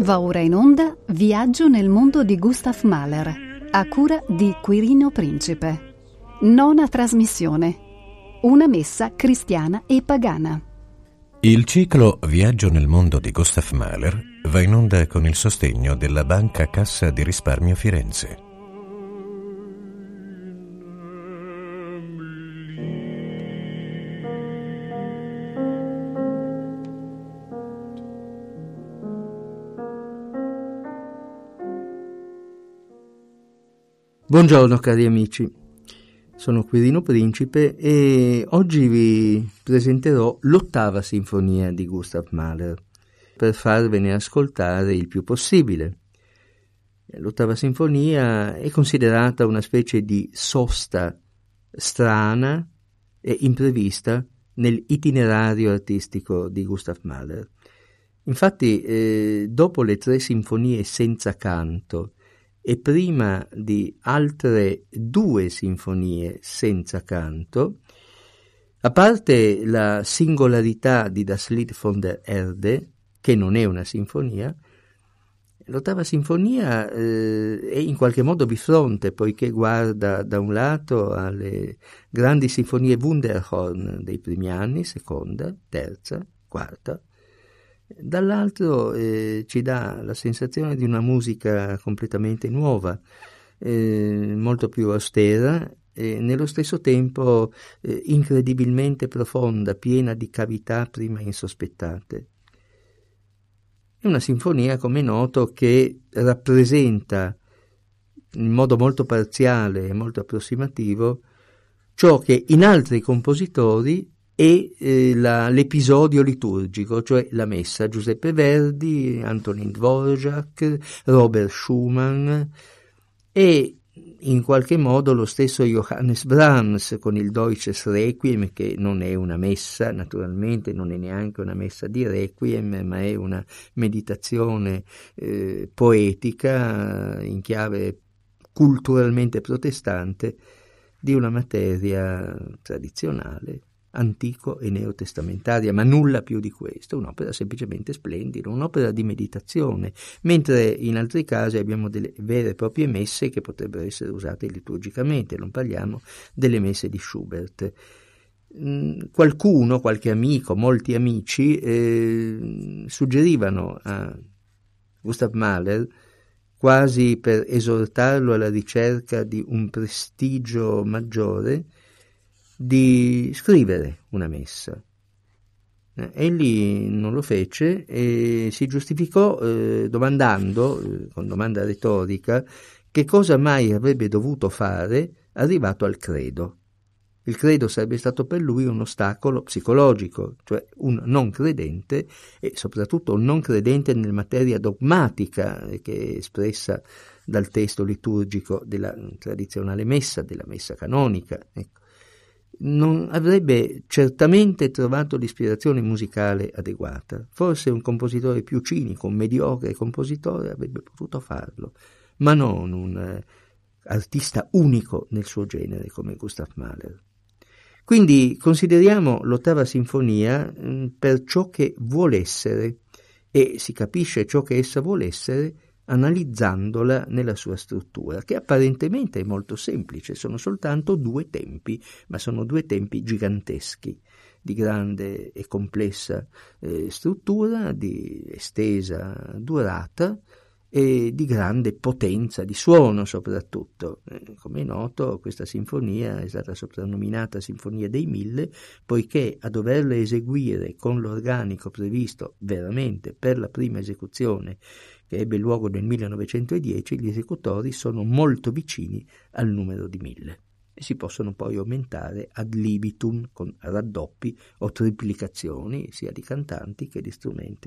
Va ora in onda Viaggio nel mondo di Gustav Mahler, a cura di Quirino Principe. Nona trasmissione. Una messa cristiana e pagana. Il ciclo Viaggio nel mondo di Gustav Mahler va in onda con il sostegno della Banca Cassa di Risparmio Firenze. Buongiorno cari amici, sono Quirino Principe e oggi vi presenterò l'ottava sinfonia di Gustav Mahler per farvene ascoltare il più possibile. L'ottava sinfonia è considerata una specie di sosta strana e imprevista nell'itinerario artistico di Gustav Mahler. Infatti, dopo le 3 sinfonie senza canto e prima di altre 2 sinfonie senza canto, a parte la singolarità di Das Lied von der Erde, che non è una sinfonia, l'ottava sinfonia è in qualche modo bifronte, poiché guarda da un lato alle grandi sinfonie Wunderhorn dei primi anni, seconda, terza, quarta, dall'altro ci dà la sensazione di una musica completamente nuova, molto più austera e nello stesso tempo incredibilmente profonda, piena di cavità prima insospettate. È una sinfonia, come è noto, che rappresenta in modo molto parziale e molto approssimativo ciò che in altri compositori e l'episodio liturgico, cioè la messa. Giuseppe Verdi, Antonin Dvorak, Robert Schumann e in qualche modo lo stesso Johannes Brahms con il Deutsches Requiem, che non è una messa, naturalmente non è neanche una messa di Requiem, ma è una meditazione poetica in chiave culturalmente protestante di una materia tradizionale, antico e neotestamentaria, ma nulla più di questo, un'opera semplicemente splendida, un'opera di meditazione, mentre in altri casi abbiamo delle vere e proprie messe che potrebbero essere usate liturgicamente, non parliamo delle messe di Schubert. Qualche amico, molti amici suggerivano a Gustav Mahler, quasi per esortarlo alla ricerca di un prestigio maggiore, di scrivere una messa. Egli non lo fece e si giustificò domandando, con domanda retorica, che cosa mai avrebbe dovuto fare arrivato al credo. Il credo sarebbe stato per lui un ostacolo psicologico, cioè un non credente e soprattutto un non credente nella materia dogmatica che è espressa dal testo liturgico della tradizionale messa, della messa canonica. Ecco. Non avrebbe certamente trovato l'ispirazione musicale adeguata. Forse un compositore più cinico, un mediocre compositore avrebbe potuto farlo, ma non un artista unico nel suo genere come Gustav Mahler. Quindi consideriamo l'ottava sinfonia per ciò che vuol essere, e si capisce ciò che essa vuol essere analizzandola nella sua struttura, che apparentemente è molto semplice, sono soltanto 2 tempi, ma sono 2 tempi giganteschi, di grande e complessa struttura, di estesa durata e di grande potenza di suono soprattutto. Come è noto, questa sinfonia è stata soprannominata Sinfonia dei 1000, poiché a doverla eseguire con l'organico previsto veramente per la prima esecuzione, che ebbe luogo nel 1910, gli esecutori sono molto vicini al numero di 1000 e si possono poi aumentare ad libitum con raddoppi o triplicazioni sia di cantanti che di strumenti.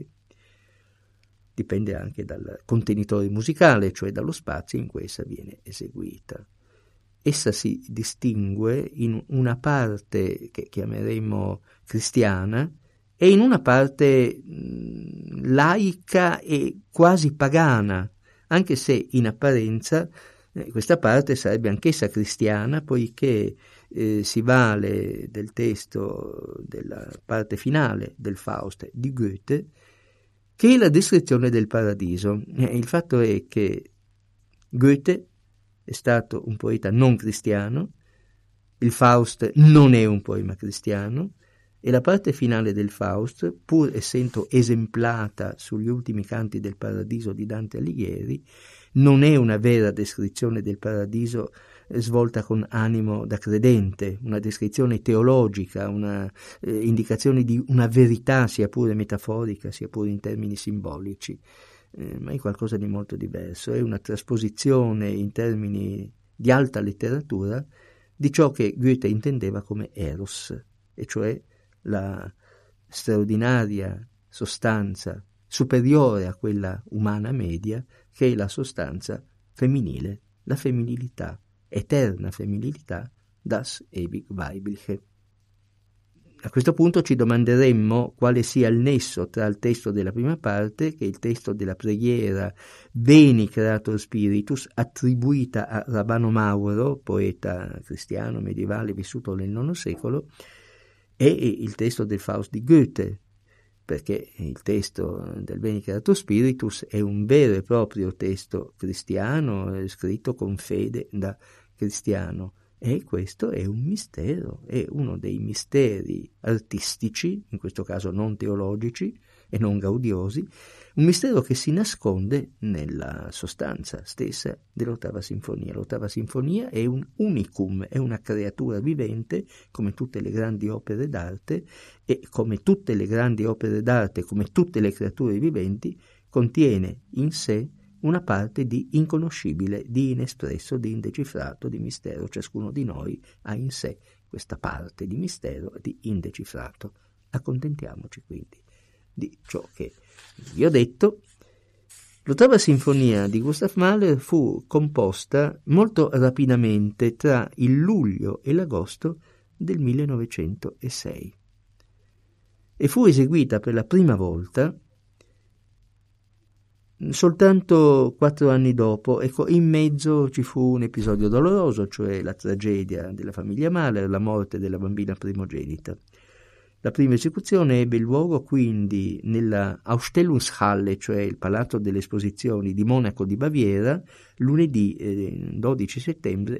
Dipende anche dal contenitore musicale, cioè dallo spazio in cui essa viene eseguita. Essa si distingue in una parte che chiameremo cristiana e in una parte laica e quasi pagana, anche se in apparenza questa parte sarebbe anch'essa cristiana, poiché si vale del testo della parte finale del Faust di Goethe, che è la descrizione del paradiso. Il fatto è che Goethe è stato un poeta non cristiano, il Faust non è un poema cristiano, e la parte finale del Faust, pur essendo esemplata sugli ultimi canti del paradiso di Dante Alighieri, non è una vera descrizione del paradiso svolta con animo da credente, una descrizione teologica, una indicazione di una verità, sia pure metaforica, sia pure in termini simbolici, ma è qualcosa di molto diverso, è una trasposizione in termini di alta letteratura di ciò che Goethe intendeva come Eros, e cioè la straordinaria sostanza superiore a quella umana media, che è la sostanza femminile, la femminilità, eterna femminilità, das ewig weibliche. A questo punto ci domanderemmo quale sia il nesso tra il testo della prima parte, che è il testo della preghiera Veni Creator Spiritus, attribuita a Rabbano Mauro, poeta cristiano medievale vissuto nel IX secolo, e il testo del Faust di Goethe, perché il testo del Veni Creator Spiritus è un vero e proprio testo cristiano, scritto con fede da cristiano, e questo è un mistero, è uno dei misteri artistici, in questo caso non teologici e non gaudiosi, un mistero che si nasconde nella sostanza stessa dell'ottava sinfonia. L'ottava sinfonia è un unicum, è una creatura vivente, come tutte le grandi opere d'arte, e come tutte le grandi opere d'arte, come tutte le creature viventi, contiene in sé una parte di inconoscibile, di inespresso, di indecifrato, di mistero. Ciascuno di noi ha in sé questa parte di mistero e di indecifrato. Accontentiamoci quindi di ciò che vi ho detto. L'ottava sinfonia di Gustav Mahler fu composta molto rapidamente tra il luglio e l'agosto del 1906 e fu eseguita per la prima volta soltanto 4 anni dopo. Ecco, in mezzo ci fu un episodio doloroso, cioè la tragedia della famiglia Mahler, la morte della bambina primogenita. La prima esecuzione ebbe luogo quindi nella Ausstellungshalle, cioè il Palazzo delle Esposizioni di Monaco di Baviera, lunedì 12 settembre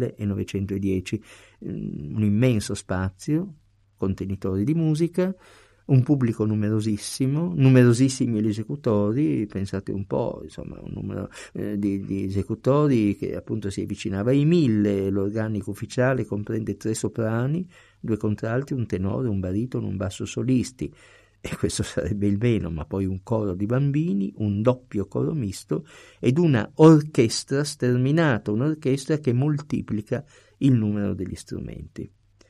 1910. Un immenso spazio, contenitori di musica, un pubblico numerosissimi gli esecutori, pensate un po', insomma, un numero di esecutori che appunto si avvicinava ai 1000, l'organico ufficiale comprende 3 soprani, 2 contralti, un tenore, un baritono, un basso solisti, e questo sarebbe il meno, ma poi un coro di bambini, un doppio coro misto ed una orchestra sterminata, un'orchestra che moltiplica il numero degli strumenti.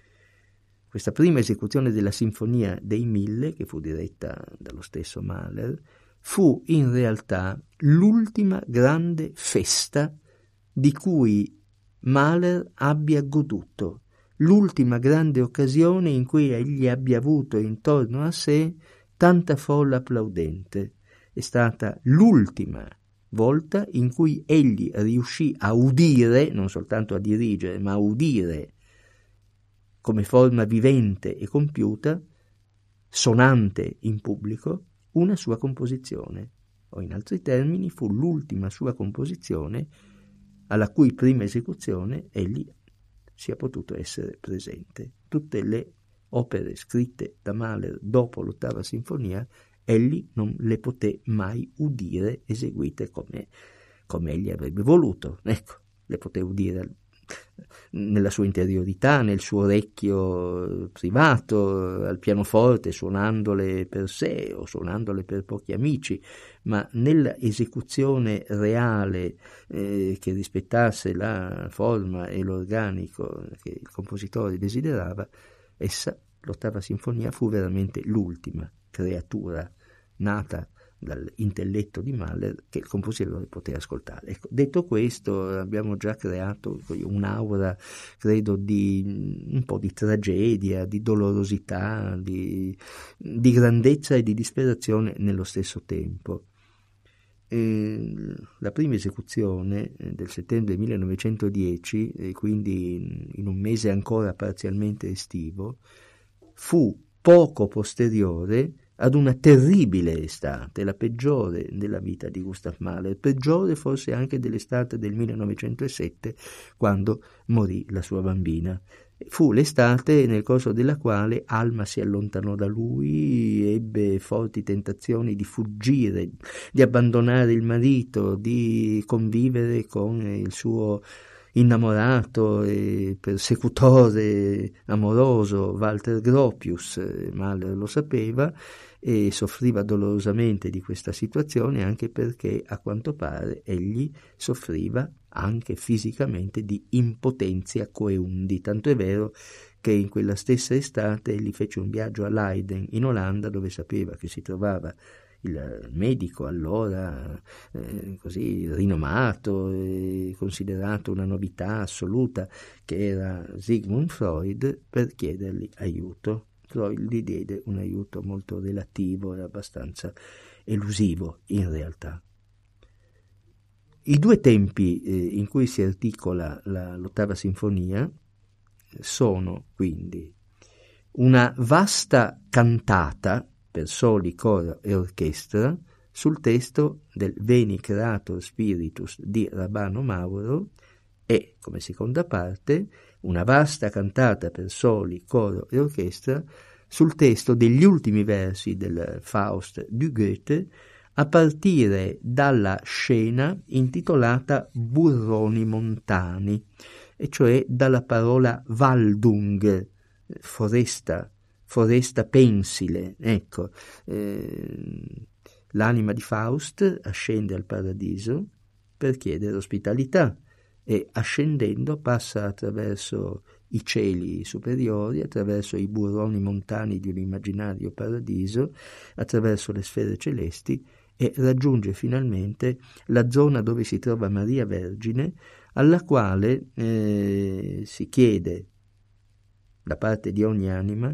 Questa prima esecuzione della Sinfonia dei 1000, che fu diretta dallo stesso Mahler, fu in realtà l'ultima grande festa di cui Mahler abbia goduto, l'ultima grande occasione in cui egli abbia avuto intorno a sé tanta folla applaudente. È stata l'ultima volta in cui egli riuscì a udire, non soltanto a dirigere, ma a udire come forma vivente e compiuta, sonante in pubblico, una sua composizione, o in altri termini fu l'ultima sua composizione alla cui prima esecuzione egli sia potuto essere presente. Tutte le opere scritte da Mahler dopo l'ottava sinfonia egli non le poté mai udire eseguite come egli avrebbe voluto. Ecco, le poté udire nella sua interiorità, nel suo orecchio privato, al pianoforte, suonandole per sé o suonandole per pochi amici, ma nella esecuzione reale che rispettasse la forma e l'organico che il compositore desiderava, essa, l'ottava sinfonia, fu veramente l'ultima creatura nata dall'intelletto di Mahler che il compositore poteva ascoltare. Ecco, detto questo, abbiamo già creato un'aura, credo, di un po' di tragedia, di dolorosità, di grandezza e di disperazione nello stesso tempo. La prima esecuzione del settembre 1910, quindi in un mese ancora parzialmente estivo, fu poco posteriore ad una terribile estate, la peggiore della vita di Gustav Mahler, peggiore forse anche dell'estate del 1907, quando morì la sua bambina. Fu l'estate nel corso della quale Alma si allontanò da lui, ebbe forti tentazioni di fuggire, di abbandonare il marito, di convivere con il suo innamorato e persecutore amoroso Walter Gropius. Mahler lo sapeva e soffriva dolorosamente di questa situazione, anche perché a quanto pare egli soffriva anche fisicamente di impotenza coeundi, tanto è vero che in quella stessa estate egli fece un viaggio a Leiden in Olanda, dove sapeva che si trovava il medico allora così rinomato e considerato una novità assoluta, che era Sigmund Freud, per chiedergli aiuto. Freud gli diede un aiuto molto relativo e abbastanza elusivo in realtà. I due tempi in cui si articola l'ottava sinfonia sono quindi una vasta cantata per soli, coro e orchestra sul testo del Veni Creator Spiritus di Rabano Mauro e, come seconda parte, una vasta cantata per soli, coro e orchestra sul testo degli ultimi versi del Faust di Goethe, a partire dalla scena intitolata Burroni Montani, e cioè dalla parola Waldung, foresta pensile. Ecco, l'anima di Faust ascende al paradiso per chiedere ospitalità e, ascendendo, passa attraverso i cieli superiori, attraverso i burroni montani di un immaginario paradiso, attraverso le sfere celesti, e raggiunge finalmente la zona dove si trova Maria Vergine, alla quale si chiede da parte di ogni anima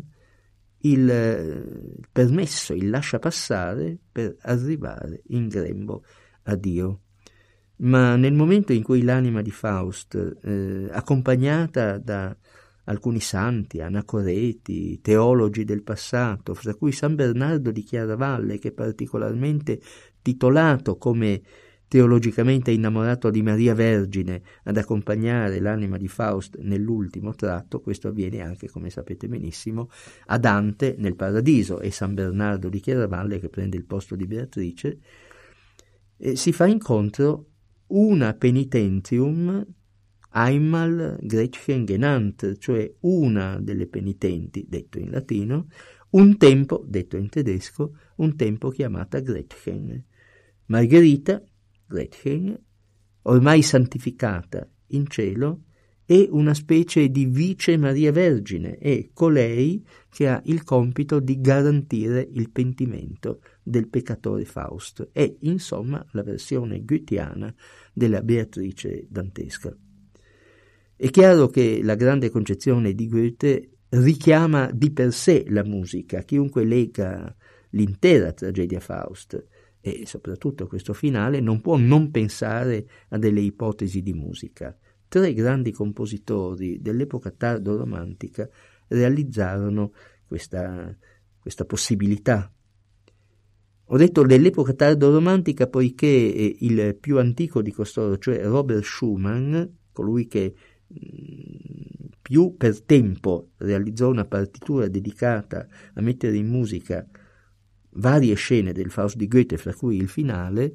il permesso, il lascia passare per arrivare in grembo a Dio. Ma nel momento in cui l'anima di Faust, accompagnata da alcuni santi, anacoreti, teologi del passato, fra cui San Bernardo di Chiaravalle, che è particolarmente titolato come teologicamente innamorato di Maria Vergine, ad accompagnare l'anima di Faust nell'ultimo tratto. Questo avviene anche, come sapete benissimo, a Dante nel Paradiso, e San Bernardo di Chiaravalle, che prende il posto di Beatrice, si fa incontro una penitentium einmal Gretchen genannt, cioè una delle penitenti, detto in latino, un tempo, detto in tedesco, un tempo chiamata Gretchen. Margherita, Gretchen, ormai santificata in cielo, è una specie di vice Maria Vergine, è colei che ha il compito di garantire il pentimento del peccatore Faust. È, insomma, la versione goetheana della Beatrice dantesca. È chiaro che la grande concezione di Goethe richiama di per sé la musica. Chiunque legga l'intera tragedia Faust e soprattutto questo finale non può non pensare a delle ipotesi di musica. Tre grandi compositori dell'epoca tardo-romantica realizzarono questa possibilità. Ho detto dell'epoca tardo-romantica poiché il più antico di costoro, cioè Robert Schumann, colui che più per tempo realizzò una partitura dedicata a mettere in musica varie scene del Faust di Goethe, fra cui il finale,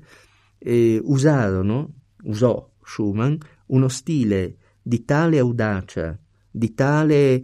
usò Schumann uno stile di tale audacia, di tale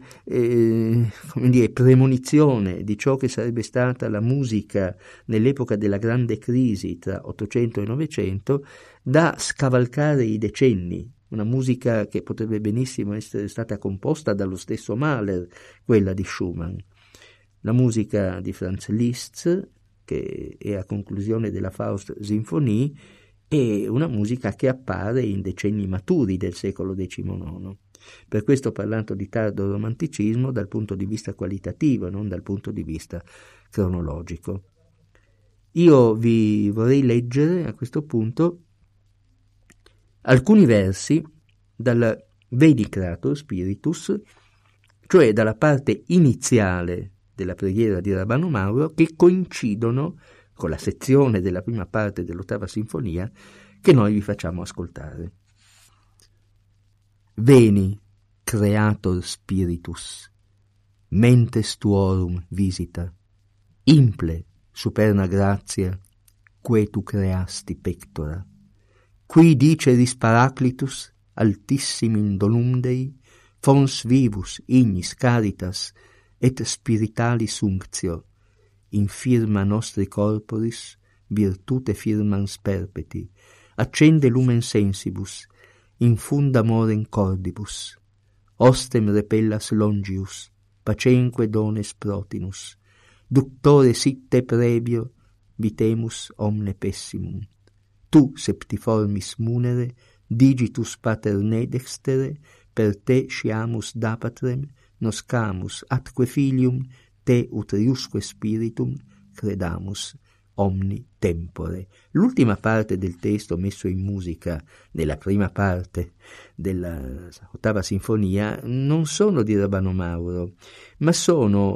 premonizione di ciò che sarebbe stata la musica nell'epoca della grande crisi tra 800 e 900, da scavalcare i decenni. Una musica che potrebbe benissimo essere stata composta dallo stesso Mahler, quella di Schumann. La musica di Franz Liszt, che è a conclusione della Faust Sinfonie, è una musica che appare in decenni maturi del secolo XIX. Per questo ho parlato di tardo romanticismo dal punto di vista qualitativo, non dal punto di vista cronologico. Io vi vorrei leggere a questo punto alcuni versi dal Veni Creator Spiritus, cioè dalla parte iniziale della preghiera di Rabbano Mauro, che coincidono con la sezione della prima parte dell'Ottava Sinfonia che noi vi facciamo ascoltare. Veni, Creator Spiritus, mentes tuorum visita, imple superna gratia, que tu creasti pectora, qui diceris Paraclitus, altissimim donum Dei, fons vivus ignis caritas et spiritalis unctio, in firma nostri corporis virtute firmans perpeti, accende lumen sensibus, infunda amorem cordibus, ostem repellas longius, pacenque dones protinus, ductore sitte previo, vitemus omne pessimum. Tu septiformis munere, digitus paterne dextere, per te sciamus da patrem, noscamus atque filium, te utriusque spiritum, credamus omni tempore. L'ultima parte del testo messo in musica nella prima parte della Ottava Sinfonia non sono di Rabbano Mauro, ma sono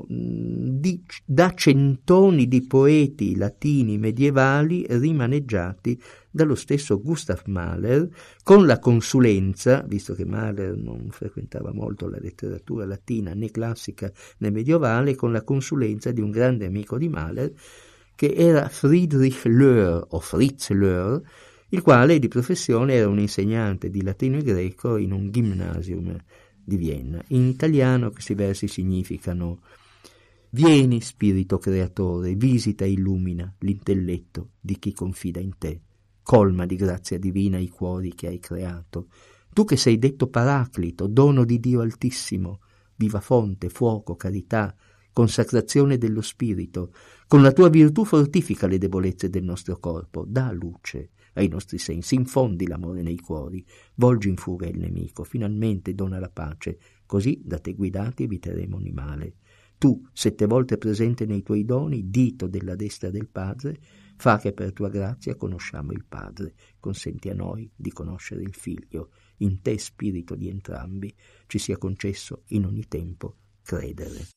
da centoni di poeti latini medievali rimaneggiati dallo stesso Gustav Mahler, con la consulenza, visto che Mahler non frequentava molto la letteratura latina né classica né medievale, con la consulenza di un grande amico di Mahler, che era Friedrich Löhr o Fritz Löhr, il quale di professione era un insegnante di latino e greco in un gymnasium di Vienna. In italiano questi versi significano: vieni, spirito creatore, visita e illumina l'intelletto di chi confida in te, colma di grazia divina i cuori che hai creato. Tu che sei detto Paraclito, dono di Dio Altissimo, viva fonte, fuoco, carità, consacrazione dello spirito, con la tua virtù fortifica le debolezze del nostro corpo, dà luce ai nostri sensi, infondi l'amore nei cuori, volgi in fuga il nemico, finalmente dona la pace, così da te guidati eviteremo ogni male. Tu, 7 volte presente nei tuoi doni, dito della destra del Padre, fa che per tua grazia conosciamo il Padre, consenti a noi di conoscere il Figlio, in te spirito di entrambi, ci sia concesso in ogni tempo credere.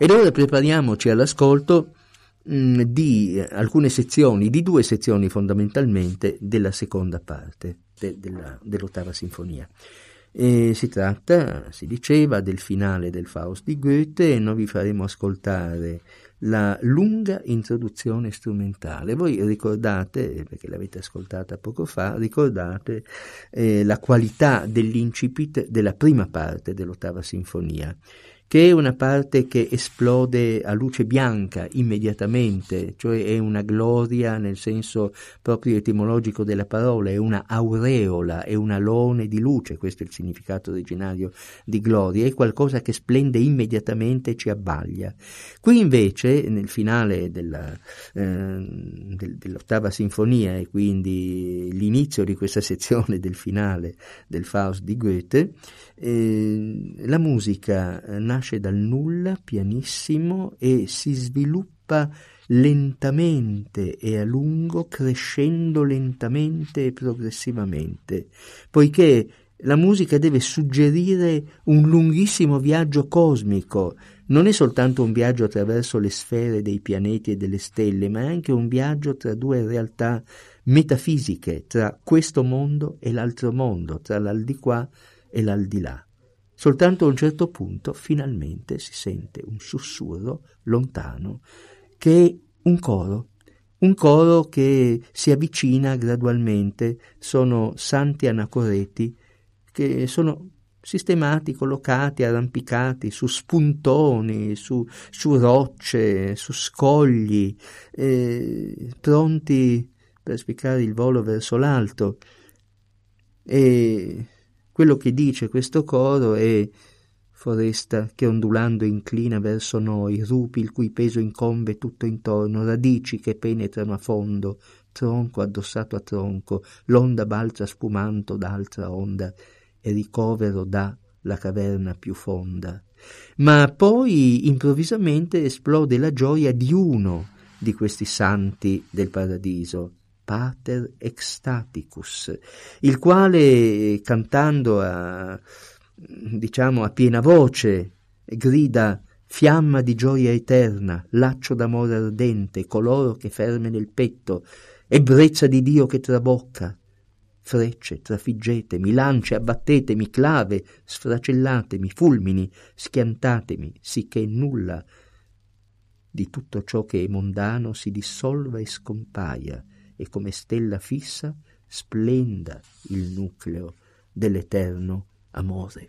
Ed ora prepariamoci all'ascolto di alcune sezioni, di due sezioni fondamentalmente della seconda parte dell'ottava sinfonia. Si tratta, si diceva, del finale del Faust di Goethe, e noi vi faremo ascoltare la lunga introduzione strumentale. Voi ricordate, perché l'avete ascoltata poco fa, ricordate la qualità dell'incipit della prima parte dell'ottava sinfonia, che è una parte che esplode a luce bianca immediatamente, cioè è una gloria nel senso proprio etimologico della parola, è una aureola, è un alone di luce, questo è il significato originario di gloria, è qualcosa che splende immediatamente e ci abbaglia. Qui invece, nel finale dell'ottava sinfonia, e quindi l'inizio di questa sezione del finale del Faust di Goethe, la musica nasce dal nulla, pianissimo, e si sviluppa lentamente e a lungo, crescendo lentamente e progressivamente, poiché la musica deve suggerire un lunghissimo viaggio cosmico. Non è soltanto un viaggio attraverso le sfere dei pianeti e delle stelle, ma è anche un viaggio tra due realtà metafisiche, tra questo mondo e l'altro mondo, tra l'aldilà e l'aldilà. Soltanto a un certo punto finalmente si sente un sussurro lontano che è un coro che si avvicina gradualmente. Sono santi anacoreti che sono sistemati, collocati, arrampicati su spuntoni, su rocce, su scogli, pronti per spiccare il volo verso l'alto. E quello che dice questo coro è: foresta che ondulando inclina verso noi, rupi il cui peso incombe tutto intorno, radici che penetrano a fondo, tronco addossato a tronco, l'onda balza spumando d'altra onda, e ricovero dà la caverna più fonda. Ma poi improvvisamente esplode la gioia di uno di questi santi del paradiso, Pater Ecstaticus, il quale, cantando a piena voce, grida: fiamma di gioia eterna, laccio d'amore ardente, coloro che ferme nel petto, ebbrezza di Dio che trabocca, frecce, trafiggetemi, lance, abbattetemi, clave, sfracellatemi, fulmini, schiantatemi, sicché nulla di tutto ciò che è mondano si dissolva e scompaia, e come stella fissa splenda il nucleo dell'eterno amore.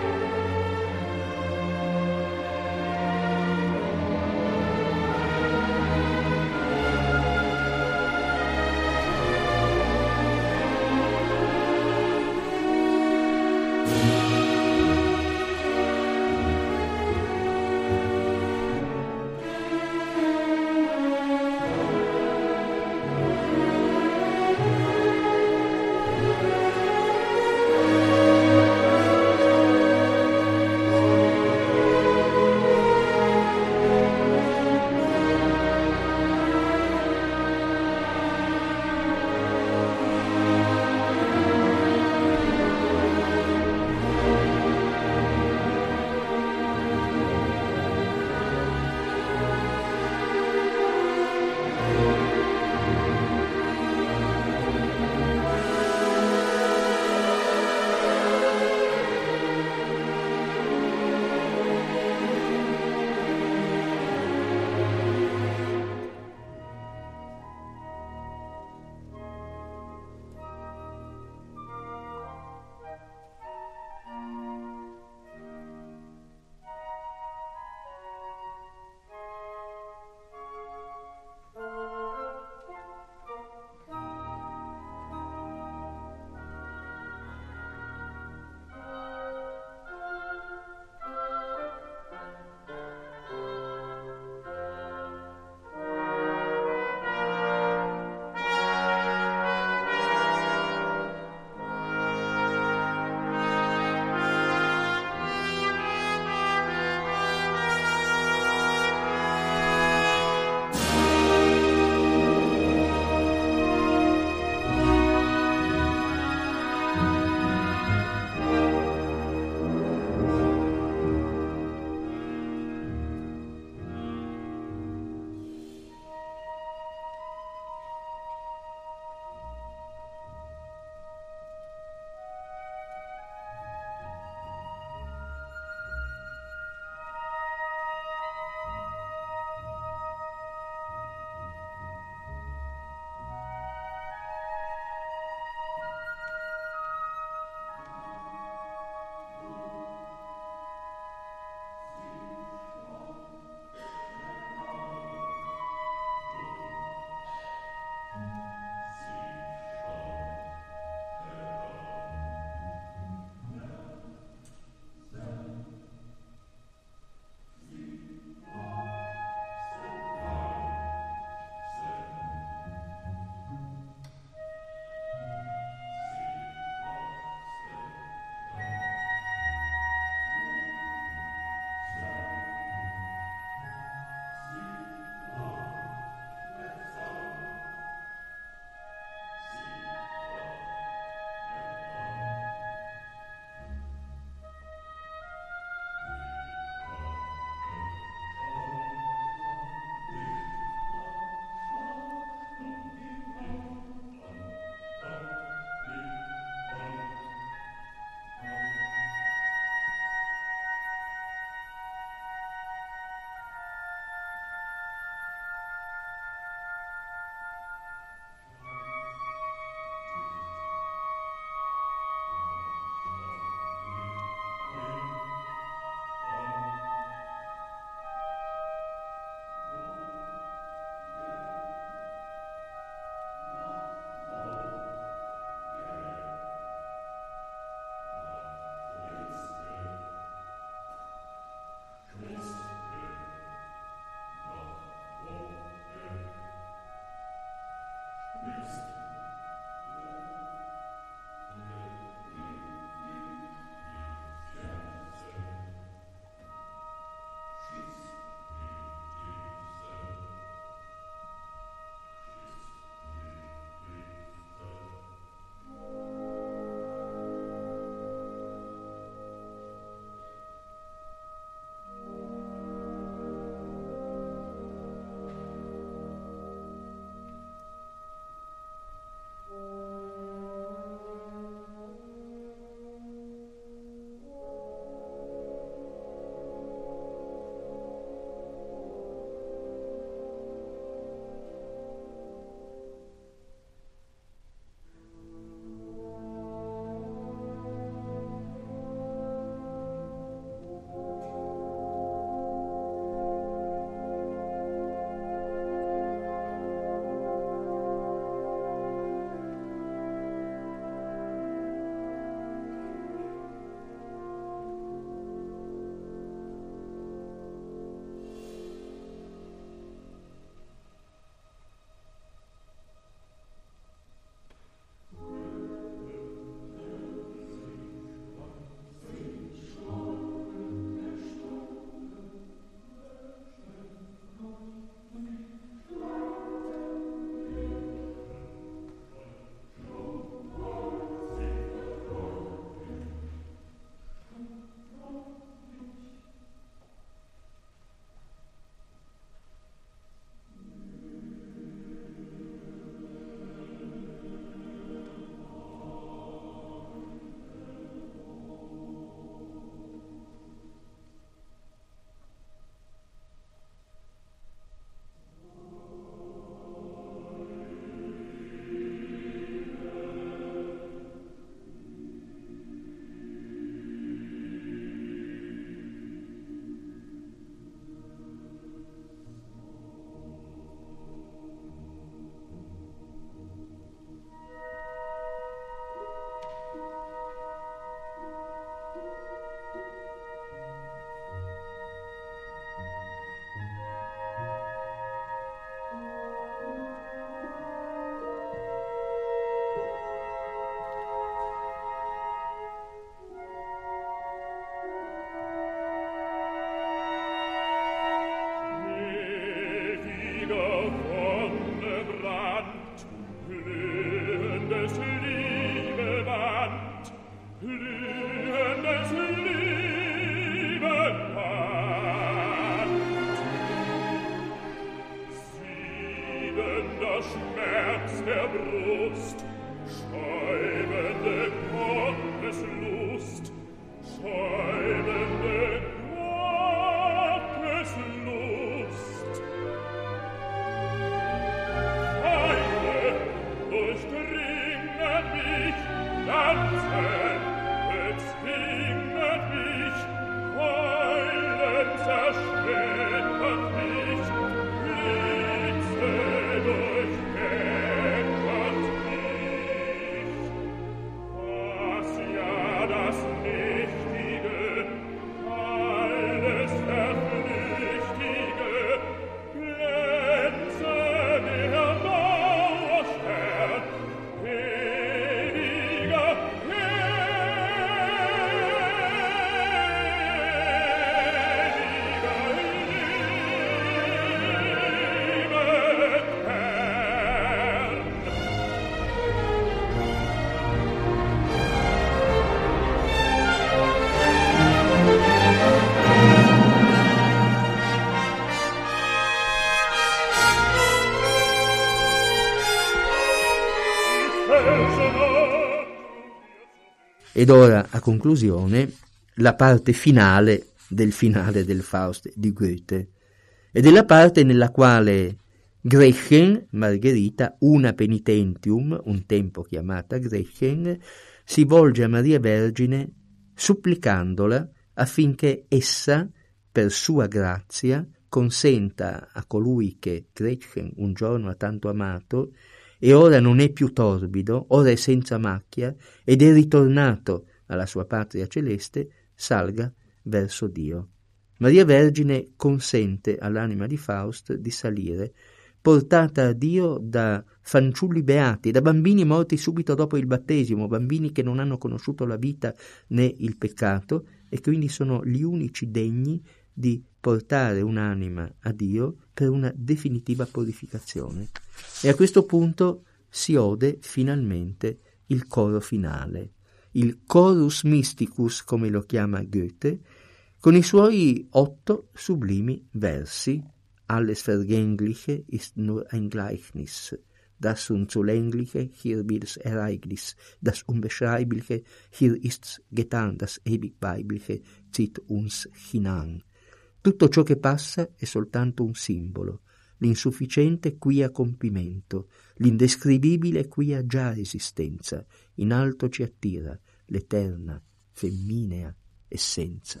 Ed ora, a conclusione, la parte finale del Faust di Goethe, ed è la parte nella quale Gretchen, Margherita, una penitentium, un tempo chiamata Gretchen, si volge a Maria Vergine supplicandola affinché essa, per sua grazia, consenta a colui che Gretchen un giorno ha tanto amato e ora non è più torbido, ora è senza macchia ed è ritornato alla sua patria celeste, salga verso Dio. Maria Vergine consente all'anima di Faust di salire, portata a Dio da fanciulli beati, da bambini morti subito dopo il battesimo, bambini che non hanno conosciuto la vita né il peccato e quindi sono gli unici degni di portare un'anima a Dio per una definitiva purificazione. E a questo punto si ode finalmente il coro finale, il Chorus Mysticus, come lo chiama Goethe, con i suoi 8 sublimi versi. Alles Vergängliche ist nur ein Gleichnis, das Unzulängliche, hier wird's Ereignis, das Unbeschreibliche, hier ist's getan, das ewig Weibliche zieht uns hinan. Tutto ciò che passa è soltanto un simbolo, l'insufficiente qui ha compimento, l'indescrivibile qui ha già esistenza, in alto ci attira l'eterna, femminea essenza.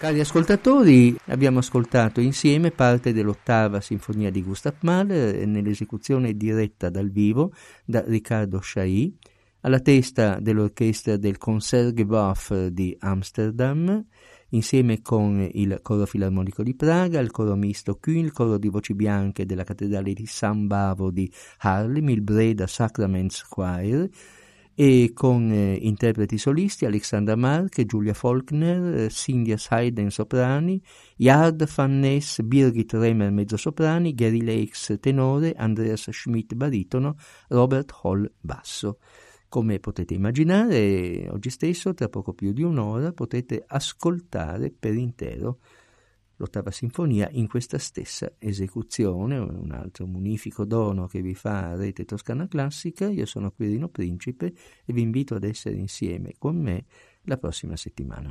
Cari ascoltatori, abbiamo ascoltato insieme parte dell'8ª sinfonia di Gustav Mahler nell'esecuzione diretta dal vivo da Riccardo Chailly, alla testa dell'orchestra del Concertgebouw di Amsterdam, insieme con il Coro Filarmonico di Praga, il Coro Misto Q, il Coro di Voci Bianche della Cattedrale di San Bavo di Haarlem, il Breda Sacraments Choir, e con interpreti solisti Alexandra Mark, Giulia Faulkner, Cynthia Hayden soprani, Jard van Ness, Birgit Remer mezzosoprani, Gary Lakes tenore, Andreas Schmidt baritono, Robert Hall basso. Come potete immaginare, oggi stesso, tra poco più di un'ora, potete ascoltare per intero l'8ª sinfonia in questa stessa esecuzione, un altro munifico dono che vi fa Rete Toscana Classica. Io sono Quirino Principe e vi invito ad essere insieme con me la prossima settimana.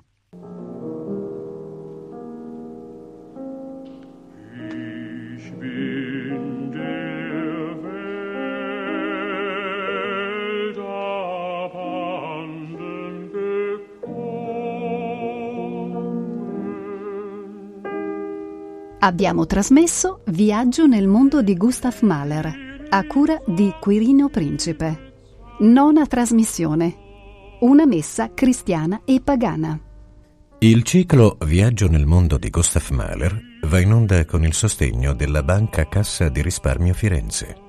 Abbiamo trasmesso Viaggio nel mondo di Gustav Mahler, a cura di Quirino Principe. 9ª trasmissione. Una messa cristiana e pagana. Il ciclo Viaggio nel mondo di Gustav Mahler va in onda con il sostegno della Banca Cassa di Risparmio Firenze.